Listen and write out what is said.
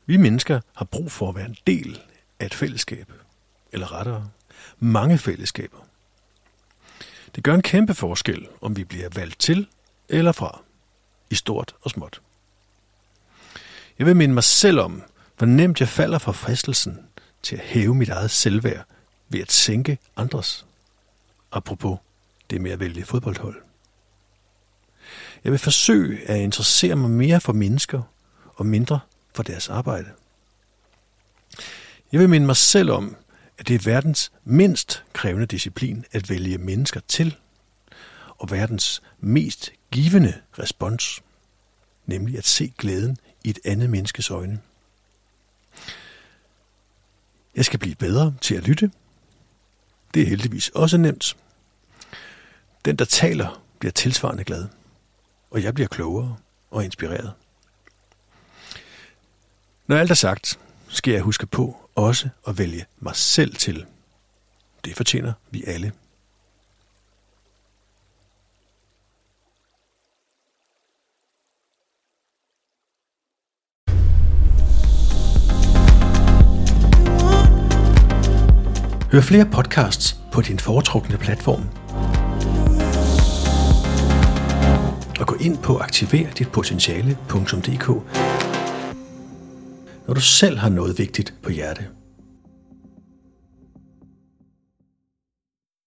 Vi mennesker har brug for at være en del af et fællesskab, eller rettere, mange fællesskaber. Det gør en kæmpe forskel, om vi bliver valgt til eller fra, i stort og småt. Jeg vil minde mig selv om, hvor nemt jeg falder for fristelsen til at hæve mit eget selvværd ved at sænke andres. Apropos det med at vælge fodboldhold. Jeg vil forsøge at interessere mig mere for mennesker og mindre for deres arbejde. Jeg vil minde mig selv om, at det er verdens mindst krævende disciplin at vælge mennesker til, og verdens mest givende respons, nemlig at se glæden i et andet menneskes øjne. Jeg skal blive bedre til at lytte. Det er heldigvis også nemt. Den, der taler, bliver tilsvarende glad, og jeg bliver klogere og inspireret. Når alt er sagt, skal jeg huske på også at vælge mig selv til. Det fortjener vi alle. Hør flere podcasts på din foretrukne platform. Og gå ind på aktiverditpotentiale.dk, når du selv har noget vigtigt på hjerte.